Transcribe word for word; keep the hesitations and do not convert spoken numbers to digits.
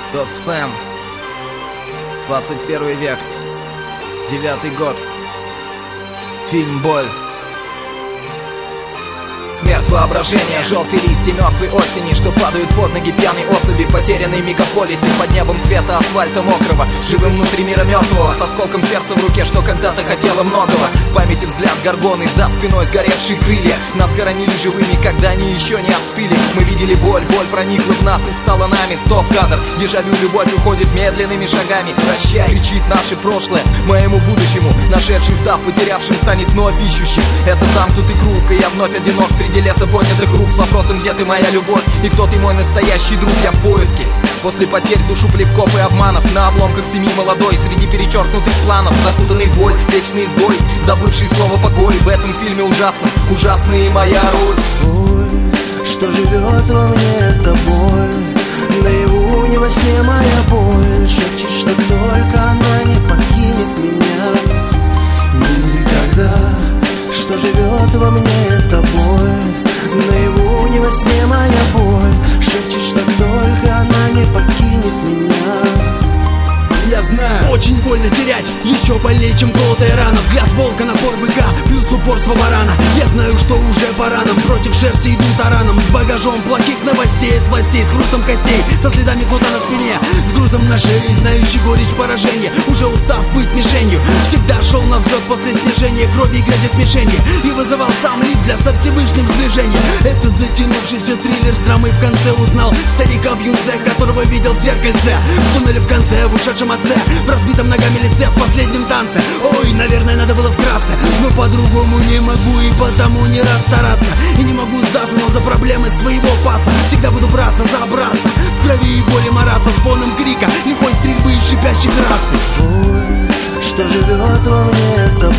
Тот Фэм. двадцать первый век. Девятый год. Фильм «Боль». Смерть воображения, желтые листья мертвой осени, что падают под ноги пьяной особи, потерянной в мегаполисе, под небом цвета асфальта мокрого, живым внутри мира мертвого, с осколком сердца в руке, что когда-то хотела многого. В памяти взгляд горгоны, за спиной сгоревшие крылья. Нас хоронили живыми, когда они еще не остыли. Мы видели боль, боль проникла в нас и стала нами. Стоп-кадр, дежавю, любовь уходит медленными шагами. Прощай, кричит наше прошлое моему будущему. Нашедший, став потерявшим, станет вновь ищущим. Это замкнутый круг, и я вновь одинок среди леса поднятых рук, с вопросом, где ты, моя любовь, и кто ты, мой настоящий друг. Я в поиске, после потерь душу плевков и обманов, на обломках семьи молодой, среди перечеркнутых планов, закутанный в боль, вечный изгой, забывший слово покой. В этом фильме ужасно, ужасна и моя роль. Боль, что живет во мне, это боль. Наяву, не во сне моя боль, шепчет, что только она не покинет меня никогда. Что живет во мне, это боль. Наяву, не во сне моя боль, шепчет, что только она не покинет меня. Я знаю, очень больно терять, еще больнее, чем колотая рана. Взгляд волка, напор быка, плюс упорство барана. Я знаю, что уже пора нам, против шерсти иду тараном, с багажом плохих новостей от властей, с хрустом костей, со следами кнута на спине, с грузом на шее, знающий горечь поражения, уже устав быть мишенью. Всегда шел на взлет после снижения крови и грязи смешения, и вызывал сам лифт для со Всевышним сближения. Этот затянувшийся триллер с драмой в конце узнал старика в юнце, которого видел в зеркальце, в туннеле в конце, в ушедшем отце, в разбитом ногами лице, в последнем танце. Ой, наверное, надо было вкратце, но по-другому не могу и потому не рад стараться. И не могу сдаться, но за проблемы своего паца всегда буду браться, забраться, в крови и боли мараться, с фоном крика, лихой стрельбы и шипящих раций. Боль, что живет во мне, это